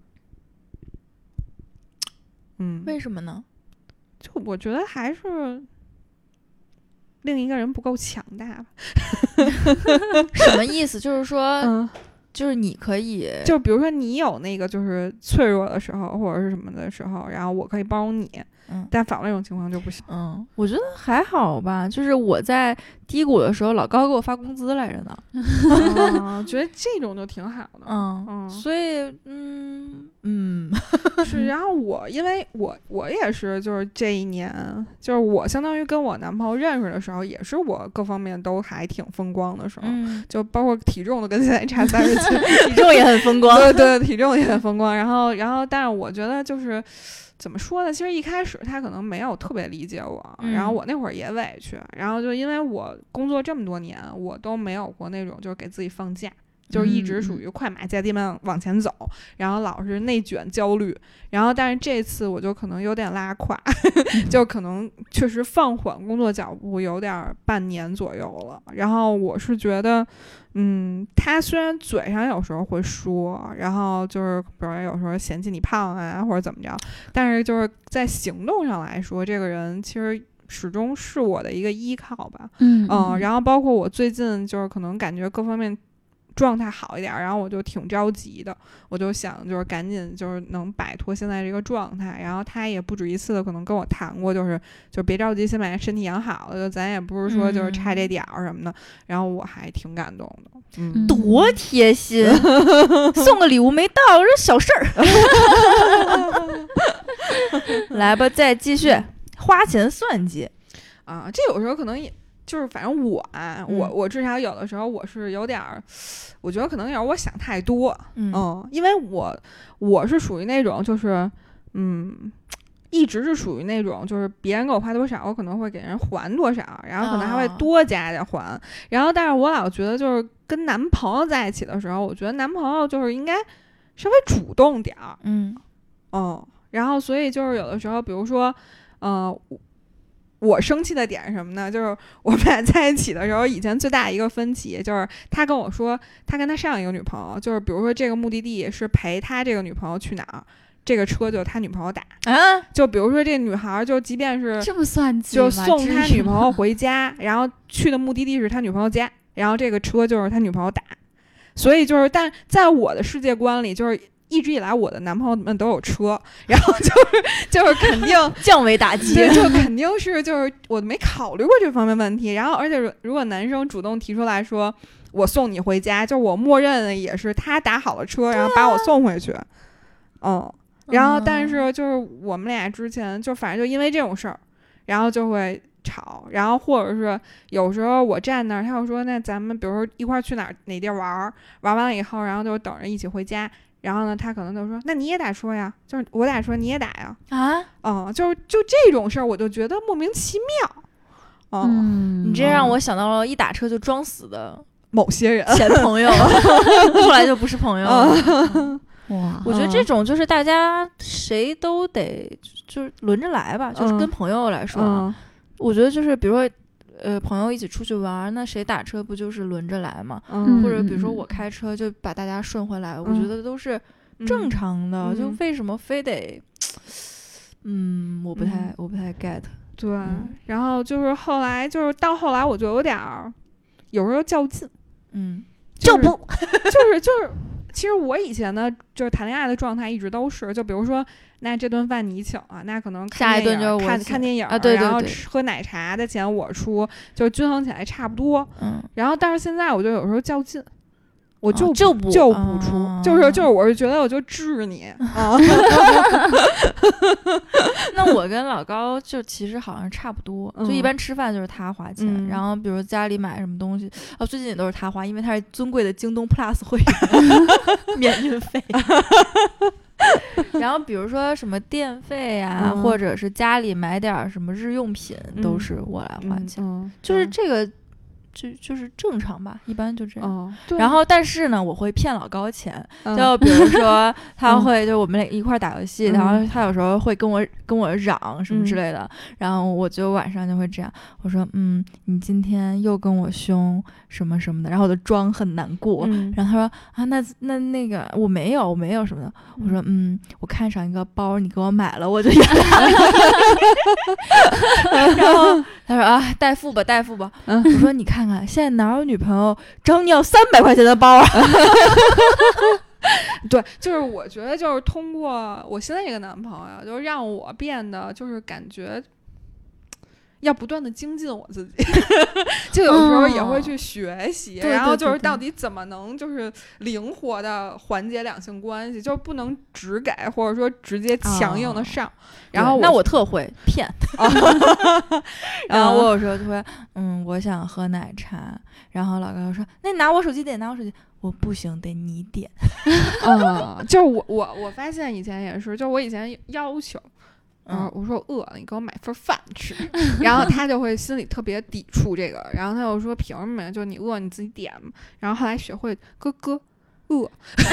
Speaker 1: 为什么呢？
Speaker 3: 就我觉得还是另一个人不够强大吧。
Speaker 1: 什么意思？就是说，就是你可以，
Speaker 3: 就比如说你有那个就是脆弱的时候或者是什么的时候，然后我可以包容你，但反过来这种情况就不行。
Speaker 1: 我觉得还好吧，就是我在低谷的时候，老高给我发工资来着呢。
Speaker 3: 觉得这种就挺好的。
Speaker 1: 所以
Speaker 3: 是。然后因为我也是，就是这一年，就是我相当于跟我男朋友认识的时候，也是我各方面都还挺风光的时候，就包括体重都跟现在差30斤，
Speaker 1: 体重也很风光。
Speaker 3: 对，体重也很风光。然后，但是我觉得就是怎么说呢？其实一开始他可能没有特别理解我，然后我那会儿也委屈，然后就因为我工作这么多年，我都没有过那种就是给自己放假。就是一直属于快马加鞭往前走，然后老是内卷焦虑，然后但是这次我就可能有点拉垮，就可能确实放缓工作脚步有点半年左右了。然后我是觉得他虽然嘴上有时候会说，然后就是比如有时候嫌弃你胖啊或者怎么着，但是就是在行动上来说，这个人其实始终是我的一个依靠吧。然后包括我最近就是可能感觉各方面状态好一点，然后我就挺着急的，我就想就是赶紧就是能摆脱现在这个状态。然后他也不止一次的可能跟我谈过，就别着急，先把身体养好了，就咱也不是说就是差这点儿什么的。然后我还挺感动的。
Speaker 1: 多贴心，送个礼物没到，这小事儿。来吧，再继续花钱算计
Speaker 3: 啊，这有时候可能也。就是反正我至少有的时候我是有点儿，我觉得可能有点我想太多。因为我是属于那种就是一直是属于那种就是别人给我花多少，我可能会给人还多少，然后可能还会多加点还。然后但是我老觉得就是跟男朋友在一起的时候，我觉得男朋友就是应该稍微主动点儿。然后所以就是有的时候比如说我生气的点是什么呢？就是我们俩在一起的时候，以前最大的一个分歧就是他跟我说，他跟他上一个女朋友，就是比如说这个目的地是陪他这个女朋友去哪儿，这个车就是他女朋友打。就比如说这个女孩就即便是
Speaker 2: 这么算计，
Speaker 3: 就送他女朋友回家，然后去的目的地是他女朋友家，然后这个车就是他女朋友打。所以就是，但在我的世界观里，就是一直以来我的男朋友们都有车，然后就是肯定
Speaker 1: 降维打击，
Speaker 3: 对，就肯定是就是我没考虑过这方面问题。然后而且如果男生主动提出来说我送你回家，就我默认的也是他打好了车，然后把我送回去。然后但是就是我们俩之前就反正就因为这种事儿，然后就会吵，然后或者是有时候我站那儿，他又说那咱们比如说一块儿去哪地儿玩完了以后，然后就等着一起回家。然后呢，他可能就说那你也打车呀，就是我打车你也打呀就这种事儿我就觉得莫名其妙。
Speaker 1: 你这让我想到了一打车就装死的
Speaker 3: 某些人
Speaker 1: 前朋友后来就不是朋友了。
Speaker 2: 哇，
Speaker 1: 我觉得这种就是大家谁都得就是轮着来吧，就是跟朋友来说，我觉得就是比如说朋友一起出去玩，那谁打车不就是轮着来嘛？或者比如说我开车就把大家顺回来，我觉得都是正常的，就为什么非得我不太 get。
Speaker 3: 对，然后就是后来到后来我就有点有时候较劲，就不就是其实我以前呢就是谈恋爱的状态一直都是，就比如说那这顿饭你请啊，那可能
Speaker 1: 下一顿就是我
Speaker 3: 看电影
Speaker 1: 啊，对，
Speaker 3: 然后喝奶茶的钱我出，就均衡起来差不多。然后但是现在我就有时候较劲，我就不出，就是我是觉得我就治你
Speaker 1: 那我跟老高就其实好像差不多，就一般吃饭就是他花钱，然后比如家里买什么东西最近也都是他花，因为他是尊贵的京东 Plus 会员免运费然后比如说什么电费啊，或者是家里买点什么日用品，都是我来花钱，就是这个就是正常吧，一般就这样。然后但是呢，我会骗老高钱，就比如说他会就我们俩一块打游戏，然后他有时候会跟我嚷什么之类的，然后我就晚上就会这样，我说你今天又跟我凶什么什么的，然后我就装很难过，然后他说啊那个我没有什么的，我说我看上一个包你给我买了，我就然后他说啊代付吧，我说你看看现在哪有女朋友找你要300块钱的包啊
Speaker 3: 对，就是我觉得就是通过我现在这个男朋友，就让我变得就是感觉要不断的精进我自己就有时候也会去学习，然后就是到底怎么能就是灵活的缓解两性关系，就不能只给或者说直接强硬的上。然后
Speaker 1: 那我特会骗然后我有时候就会我想喝奶茶，然后老高说那你拿我手机点，我不行，得你点
Speaker 3: 就是我发现以前也是，就我以前要求我说饿了，你给我买份饭吃，然后他就会心里特别抵触这个，然后他就说凭什么呀？就你饿你自己点嘛。然后后来学会哥饿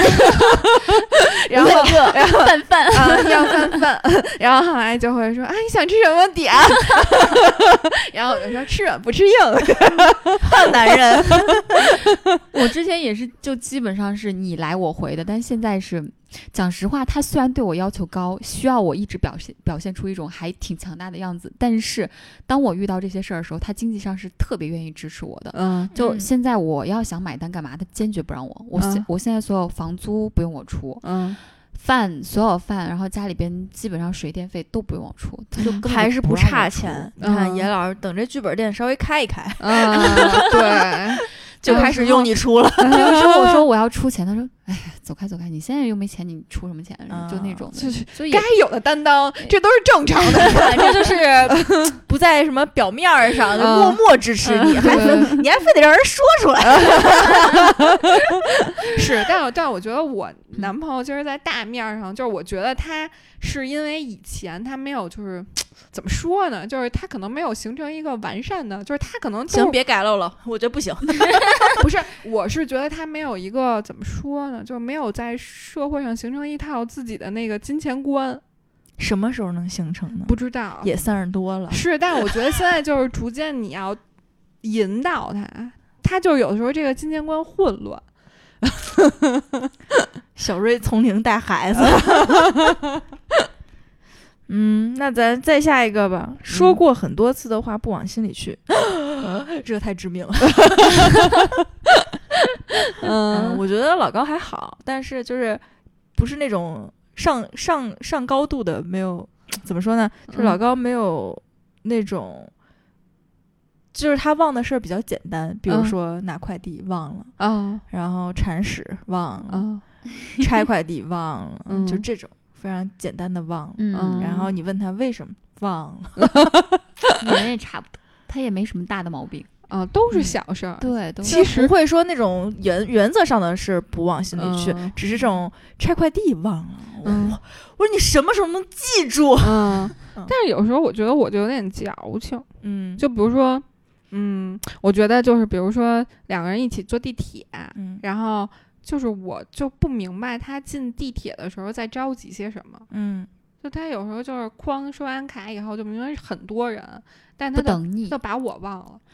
Speaker 3: 然后
Speaker 1: 饭
Speaker 3: 要饭然后后来就会说你想吃什么点然后我就说吃软不吃硬
Speaker 1: 大男人
Speaker 2: 我之前也是就基本上是你来我回的，但现在是讲实话，他虽然对我要求高，需要我一直表现出一种还挺强大的样子，但是当我遇到这些事儿的时候，他经济上是特别愿意支持我的。就现在我要想买单干嘛，他坚决不让我。我现在所有房租不用我出，所有饭，然后家里边基本上水电费都不用我出，他就根本
Speaker 1: 还是不差钱。你看
Speaker 2: 严
Speaker 1: 老师等这剧本店稍微开一开
Speaker 3: 对
Speaker 1: 就开始用你出了
Speaker 2: 有时候我说我要出钱，他说哎走开，你现在又没钱，你出什么钱？就那种
Speaker 3: 所以该有的担当，这都是正常的
Speaker 1: 这就是不在什么表面上就默默支持你，你还非得让人说出来
Speaker 3: 是，但我觉得我男朋友就是在大面上，就是我觉得他是因为以前他没有就是怎么说呢，就是他可能没有形成一个完善的，就是他可能
Speaker 1: 行别改漏了，我觉得不行
Speaker 3: 不是，我是觉得他没有一个怎么说呢，就没有在社会上形成一套自己的那个金钱观。
Speaker 1: 什么时候能形成呢？
Speaker 3: 不知道，
Speaker 1: 也30多了。
Speaker 3: 是，但我觉得现在就是逐渐你要引导他就有的时候这个金钱观混乱
Speaker 1: 小瑞从零带孩子那咱再下一个吧。说过很多次的话不往心里去这个太致命了我觉得老高还好，但是就是不是那种上高度的，没有怎么说呢，就老高没有那种。就是他忘的事儿比较简单，比如说拿快递忘了，然后铲屎忘了，拆快递忘了，就这种非常简单的忘了。然后你问他为什么忘了，
Speaker 2: 你们也差不多，他也没什么大的毛病。
Speaker 3: 都是小事儿。
Speaker 2: 对，
Speaker 1: 其实不会说那种原则上的事不往心里去，只是这种拆快递忘了。我说你什么时候能记住？
Speaker 3: 但是有时候我觉得我就有点矫情。就比如说。我觉得就是比如说两个人一起坐地铁，然后就是我就不明白他进地铁的时候在着急些什么。就他有时候就是哐收完卡以后，就明明是很多人，但他
Speaker 2: 等你
Speaker 3: 就把我忘了，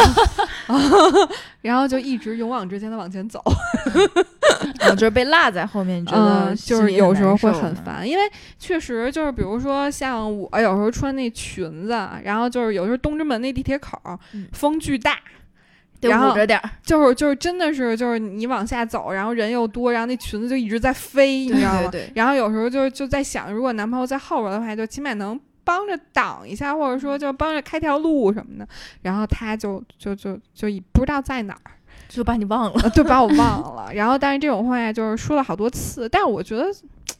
Speaker 3: 然后就一直勇往直前的往前走。
Speaker 1: 就是被落在后面，你觉得
Speaker 3: 就是有时候会很烦，因为确实就是比如说像我有时候穿那裙子，然后就是有时候东直门那地铁口风巨大，
Speaker 1: 然后
Speaker 3: 就是真的是就是你往下走，然后人又多，然后那裙子就一直在飞，你知道吗？然后有时候就在想，如果男朋友在后边的话，就起码能帮着挡一下，或者说就帮着开条路什么的。然后他就不知道在哪儿。
Speaker 1: 就把你忘了，
Speaker 3: 对，把我忘了。然后，但是这种话就是说了好多次，但是我觉得，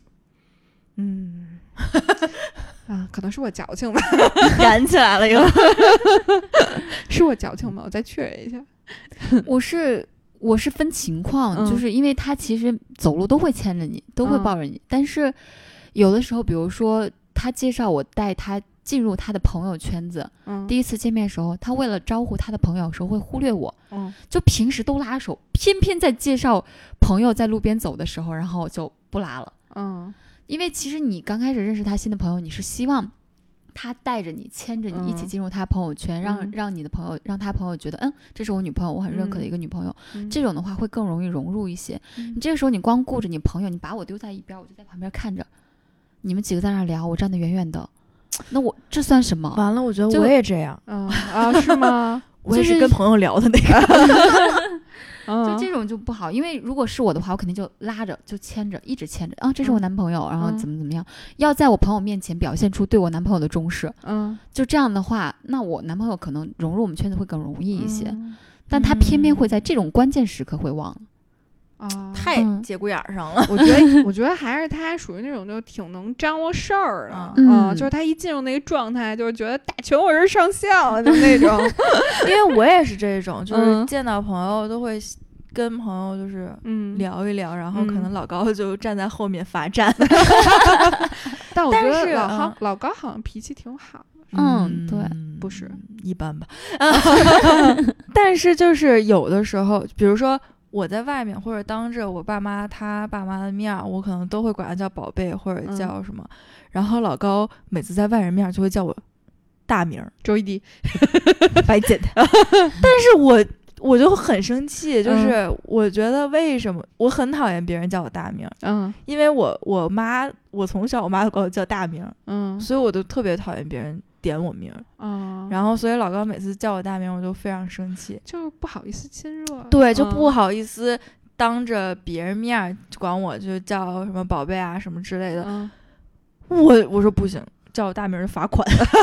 Speaker 3: 可能是我矫情吧，
Speaker 1: 燃起来了又，
Speaker 3: 是我矫情吗？我再确认一下。
Speaker 2: 我是分情况，就是因为他其实走路都会牵着你，都会抱着你，但是有的时候，比如说他介绍我带他进入他的朋友圈子，第一次见面的时候，他为了招呼他的朋友的时候会忽略我，就平时都拉手，偏偏在介绍朋友在路边走的时候，然后就不拉了，因为其实你刚开始认识他新的朋友，你是希望他带着你牵着你一起进入他朋友圈，让你的朋友让他朋友觉得这是我女朋友，我很认可的一个女朋友，这种的话会更容易融入一些。你这个时候你光顾着你朋友，你把我丢在一边，我就在旁边看着你们几个在那聊，我站得远远的，那我这算什么？
Speaker 1: 完了，我觉得我也这样。
Speaker 3: 是吗？
Speaker 1: 我也是跟朋友聊的那个。
Speaker 2: 就这种就不好，因为如果是我的话，我肯定就拉着就牵着，一直牵着这是我男朋友，然后怎么样，要在我朋友面前表现出对我男朋友的重视。就这样的话，那我男朋友可能融入我们圈子会更容易一些，但他偏偏会在这种关键时刻会忘了。
Speaker 1: 太节骨眼上了。
Speaker 3: 我觉得还是他属于那种就挺能张罗事儿的，就是他一进入那个状态，就是觉得大权我是上相，就那种。
Speaker 1: 因为我也是这种，就是见到朋友都会跟朋友就是聊一聊，然后可能老高就站在后面罚站。
Speaker 3: 但我觉得老高好像脾气挺好。
Speaker 2: 对，
Speaker 3: 不是
Speaker 1: 一般吧。但是就是有的时候，比如说我在外面或者当着我爸妈他爸妈的面，我可能都会管他叫宝贝或者叫什么，然后老高每次在外人面就会叫我大名周一迪白姐。但是我就很生气，就是我觉得为什么我很讨厌别人叫我大名，因为我妈我从小我妈都管我叫大名，所以我就特别讨厌别人点我名，然后所以老高每次叫我大名我就非常生气，
Speaker 3: 就是不好意思亲热，
Speaker 1: 对，就不好意思当着别人面管我就叫什么宝贝啊什么之类的，我说不行，叫我大名就罚款。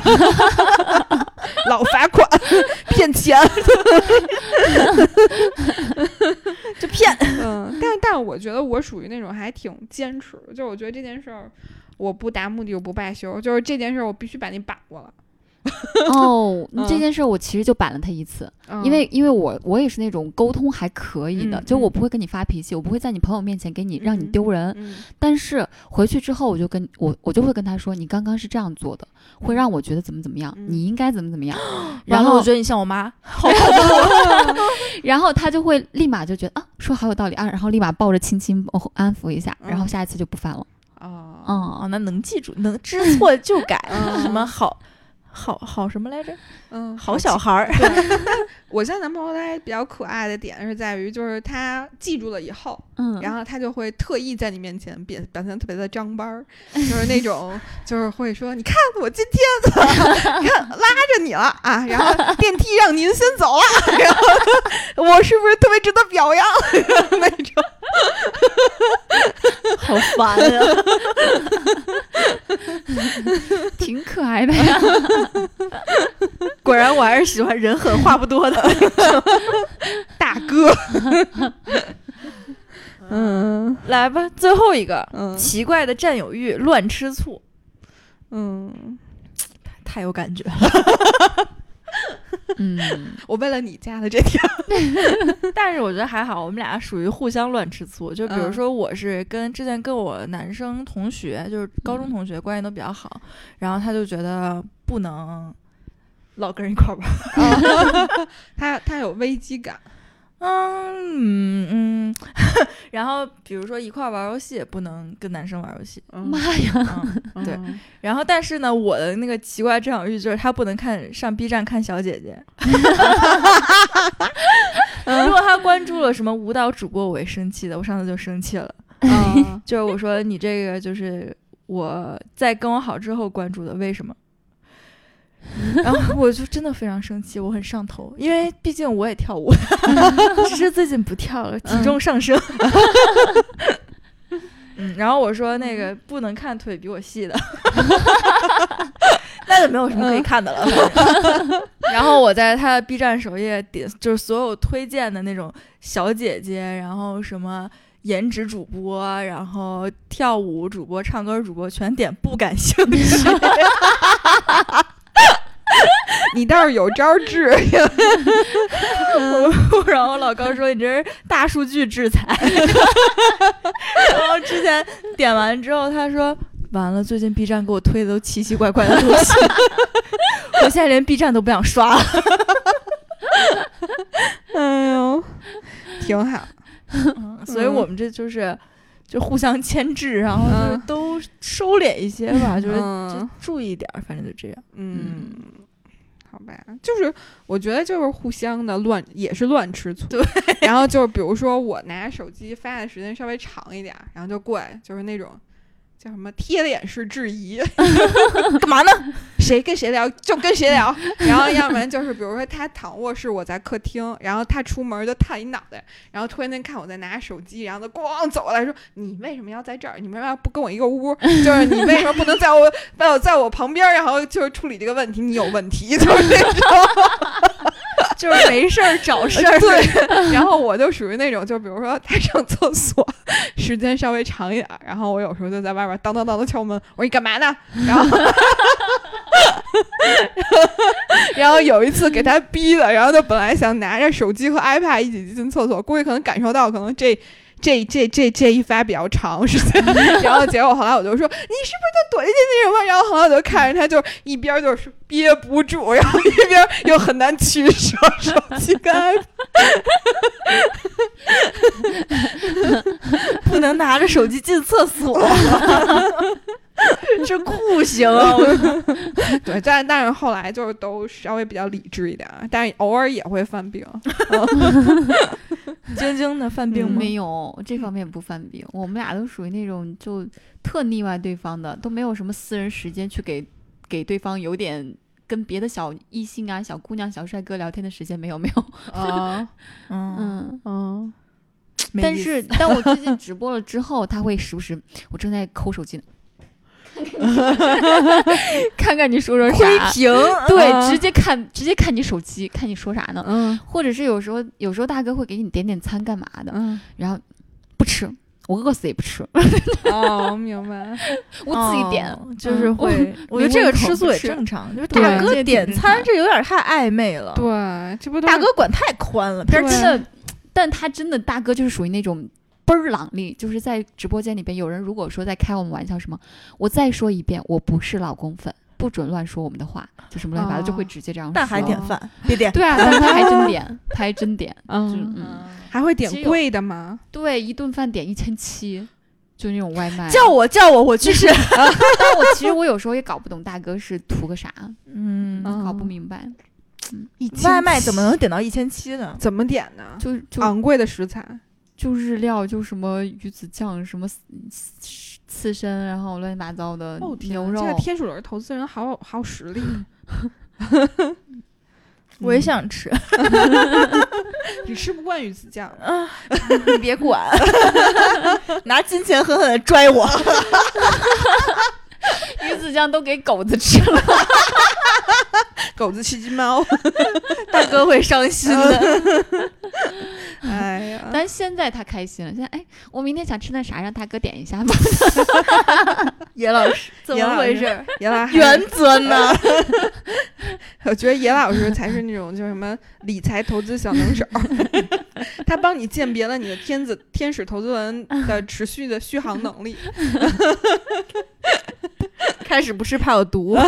Speaker 3: 老罚款骗钱。
Speaker 1: 就骗。
Speaker 3: 但我觉得我属于那种还挺坚持的，就我觉得这件事儿我不达目的我不罢休，就是这件事儿我必须把你扳过来。
Speaker 2: 这件事我其实就扳了他一次，因为我也是那种沟通还可以的，就我不会跟你发脾气，我不会在你朋友面前让你丢人，但是回去之后我就会跟他说，你刚刚是这样做的，会让我觉得怎么样，你应该怎么样，
Speaker 1: 然后我觉得你像我妈，
Speaker 2: 然后他就会立马就觉得说好有道理啊，然后立马抱着亲亲安抚一下，然后下一次就不犯了。
Speaker 1: 那能记住，能知错就改，什么好什么来着？好小孩儿。
Speaker 3: 我现在男朋友他还比较可爱的点是在于，就是他记住了以后，然后他就会特意在你面前表现特别的张班儿，就是那种就是会说，你看我今天你看拉着你了啊，然后电梯让您先走了，然后我是不是特别值得表扬那种？
Speaker 1: 好烦呀！
Speaker 2: 挺可爱的呀。
Speaker 1: 果然我还是喜欢人狠话不多的
Speaker 3: 大哥。
Speaker 1: 来吧，最后一个，奇怪的占有欲，乱吃醋。太有感觉了。
Speaker 3: 我为了你加的这条。
Speaker 1: 但是我觉得还好，我们俩属于互相乱吃醋。就比如说我是之前跟我男生同学，就是高中同学，关系都比较好，然后他就觉得不能老跟人一块玩。
Speaker 3: 他有危机感。
Speaker 1: 然后比如说一块玩游戏也不能跟男生玩游戏。
Speaker 2: 妈呀！
Speaker 1: 对。然后但是呢，我的那个奇怪占有欲就是他不能上 B 站看小姐姐。如果他关注了什么舞蹈主播，我会生气的。我上次就生气了。就是我说你这个就是我在跟我好之后关注的，为什么？然后我就真的非常生气，我很上头，因为毕竟我也跳舞，只是最近不跳了，体重上升。然后我说那个不能看腿比我细的，那就没有什么可以看的了。然后我在他的 B 站首页点，就是所有推荐的那种小姐姐，然后什么颜值主播，然后跳舞主播、唱歌主播，全点不感兴趣。
Speaker 3: 你倒是有招治。
Speaker 1: 然后老高说你这是大数据制裁。然后之前点完之后他说完了，最近 B 站给我推的都奇奇怪怪的东西。我现在连 B 站都不想刷了。
Speaker 3: 哎呦，挺好。
Speaker 1: 所以我们这就互相牵制，然后就都收敛一些吧，就注意一点，反正就这样。
Speaker 3: 好吧，就是我觉得就是互相的也是乱吃醋。
Speaker 1: 对。
Speaker 3: 然后就是比如说我拿手机发的时间稍微长一点，然后就过来就是那种叫什么贴脸式质疑。
Speaker 1: 干嘛呢？
Speaker 3: 谁跟谁聊就跟谁聊。然后要不然就是比如说他躺卧室，我在客厅，然后他出门就探一脑袋，然后突然间看我在拿手机，然后他咣走过来说你为什么要在这儿，你为什么不跟我一个屋，就是你为什么不能在我旁边，然后就是处理这个问题，你有问题，就是那种。
Speaker 1: 就是没事儿找事儿。
Speaker 3: 对。然后我就属于那种，就比如说他上厕所时间稍微长一点，然后我有时候就在外边当当当的敲门，我说你干嘛呢？然后有一次给他逼的，然后就本来想拿着手机和 iPad 一起进厕所，估计可能感受到可能这一发比较长时间。然后结果后来我就说你是不是就躲进去什么？然后后来我就看着他就一边就是憋不住，然后一边又很难取舍手机跟 iPad。
Speaker 1: 不能拿着手机进厕所。这酷刑啊！
Speaker 3: 对，但是后来就是都稍微比较理智一点，但是偶尔也会犯病。
Speaker 1: 晶晶的犯病吗？
Speaker 2: 没有，这方面不犯病。我们俩都属于那种就特腻歪对方的，都没有什么私人时间去给对方有点跟别的小异性啊、小姑娘、小帅哥聊天的时间，没有。但我最近直播了之后，他会时不时，我正在抠手机呢。看看你说啥，
Speaker 1: 窥屏。
Speaker 2: 对，直接看你手机，看你说啥呢？或者是有时候大哥会给你点点餐干嘛的，然后不吃，我饿死也不吃。
Speaker 3: 明白。
Speaker 2: 我自己点，
Speaker 1: 就是会。我觉得这个吃素也正常，就是大哥点餐这有点太暧昧了。
Speaker 3: 对，这不
Speaker 1: 大哥管太宽了。
Speaker 2: 但他真的大哥就是属于那种倍儿朗利，就是在直播间里边有人如果说在开我们玩笑什么，我再说一遍，我不是老公粉，不准乱说我们的话，就什么乱七八糟，就会直接这样说。
Speaker 1: 但还点饭，别点。
Speaker 2: 对啊，但他还真点，
Speaker 3: 还会点贵的吗？
Speaker 2: 对，一顿饭点1700，就那种外卖。
Speaker 1: 叫我，我去吃。
Speaker 2: 但其实我有时候也搞不懂大哥是图个啥，搞不明白。
Speaker 1: 外卖怎么能点到1700呢？
Speaker 3: 怎么点呢？
Speaker 2: 就
Speaker 3: 昂贵的食材，
Speaker 2: 就日料，就什么鱼子酱，什么刺身，然后乱七八糟的牛肉。
Speaker 3: 这个天鼠轮投资人好实力。
Speaker 1: 我也想吃。
Speaker 3: 你吃不惯鱼子酱
Speaker 1: 啊？你别管，拿金钱狠狠的拽我。
Speaker 2: 鱼子酱都给狗子吃了，
Speaker 3: 狗子吃鸡猫，
Speaker 1: 大哥会伤心的。
Speaker 3: 哎呀，
Speaker 2: 但现在他开心了。现在我明天想吃那啥，让大哥点一下吧。
Speaker 1: 野老师怎么回事？
Speaker 3: 野老师
Speaker 1: 原则呢？
Speaker 3: 我觉得野老师才是那种叫什么理财投资小能手，他帮你鉴别了你的天使投资人的持续的续航能力。
Speaker 1: 开始不吃怕有毒。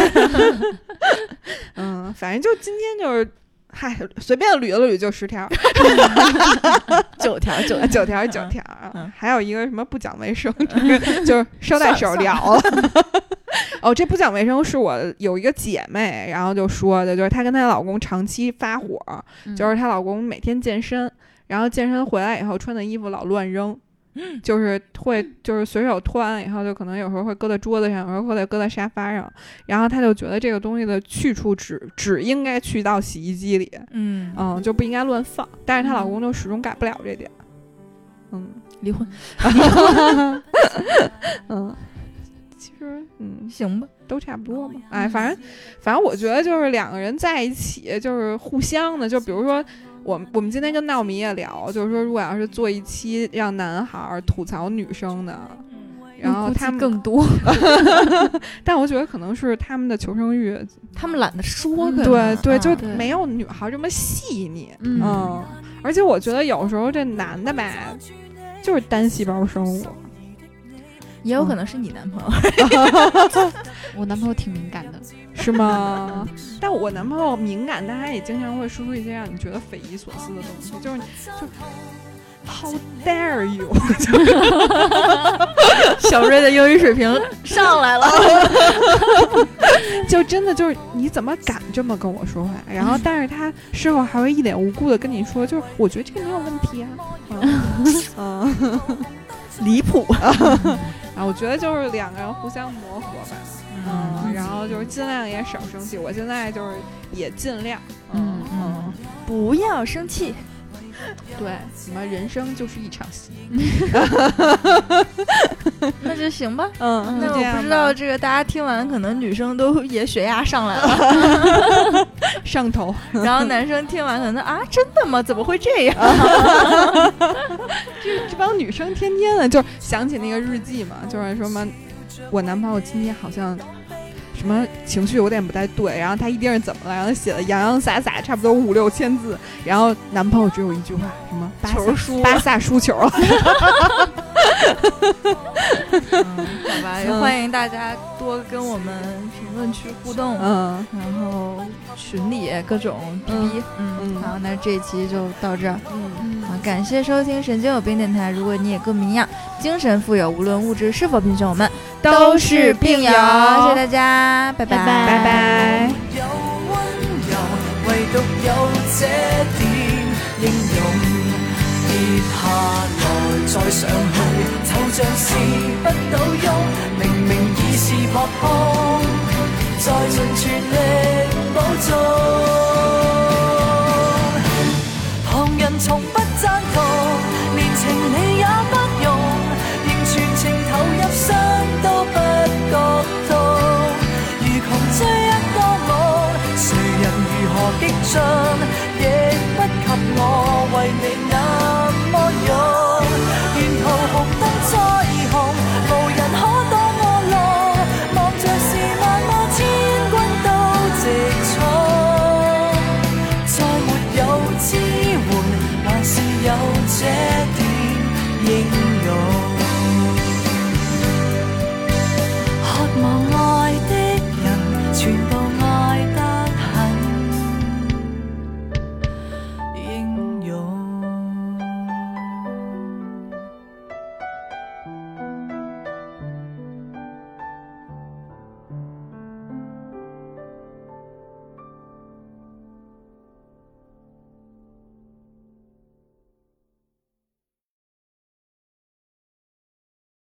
Speaker 3: 反正就今天就是嗨，随便捋了捋就10条
Speaker 1: ，9条
Speaker 3: 9条啊，还有一个什么不讲卫生，就是捎带手聊了。哦，这不讲卫生是我有一个姐妹，然后就说的，就是她跟她老公长期发火，就是她老公每天健身，然后健身回来以后穿的衣服老乱扔。就是会，就是随手脱完了以后，就可能有时候会搁在桌子上，有时候会搁在沙发上，然后他就觉得这个东西的去处只应该去到洗衣机里，就不应该乱放。但是她老公就始终改不了这点，
Speaker 1: 离婚。
Speaker 3: 其实
Speaker 1: 行吧，
Speaker 3: 都差不多嘛。哎，反正我觉得就是两个人在一起，就是互相的，就比如说。我们今天跟闹米也聊，就是说如果要是做一期让男孩吐槽女生的，然后他们
Speaker 2: 更多，
Speaker 3: 但我觉得可能是他们的求生欲，
Speaker 1: 他们懒得说。
Speaker 3: 对，就没有女孩这么细腻。而且我觉得有时候这男的吧，就是单细胞生物。
Speaker 1: 也有可能是你男朋友。
Speaker 2: 我男朋友挺敏感的。
Speaker 3: 是吗？但我男朋友敏感，但他也经常会说出一些让你觉得匪夷所思的东西，就 How dare you
Speaker 1: 小瑞的英语水平上来了。
Speaker 3: 就真的就是你怎么敢这么跟我说话，然后但是他事后还会一脸无辜的跟你说，就是我觉得这个没有问题啊。
Speaker 1: 离谱。
Speaker 3: 啊，我觉得就是两个人互相磨合吧。然后就是尽量也少生气。我现在就是也尽量，
Speaker 1: 不要生气。
Speaker 3: 对，什么人生就是一场戏。
Speaker 1: 那就行吧。那我不知道这个大家听完，可能女生都也血压上来了，
Speaker 3: 上头。
Speaker 1: 然后男生听完可能真的吗？怎么会这样？
Speaker 3: 这帮女生天天的就想起那个日记嘛，就是说什么我男朋友今天好像什么情绪有点不太对，然后他一定是怎么了，然后他写的洋洋洒洒差不多5、6千字，然后男朋友只有一句话，什么巴萨输球了。
Speaker 1: 好吧，也欢迎大家多跟我们评论区互动，然后群里各种逼。好，那这一期就到这儿。感谢收听神经有病电台。如果你也跟我们一样精神富有，无论物质是否贫穷，我们都是病友。谢谢大家，拜拜
Speaker 3: 拜拜。
Speaker 4: 有温柔，唯獨有這點應用，跌下來再上去，就像是不倒翁，明明已是撲空，再盡全力保重。旁人從不贊同，連情理也不容，仍全情投入傷都不覺痛。如窮追一個夢，誰人如何激進，亦不及我為你那麼勇。沿途紅燈再紅，無人可擋我路，望着是萬馬千軍都直衝，再沒有支援，還是有這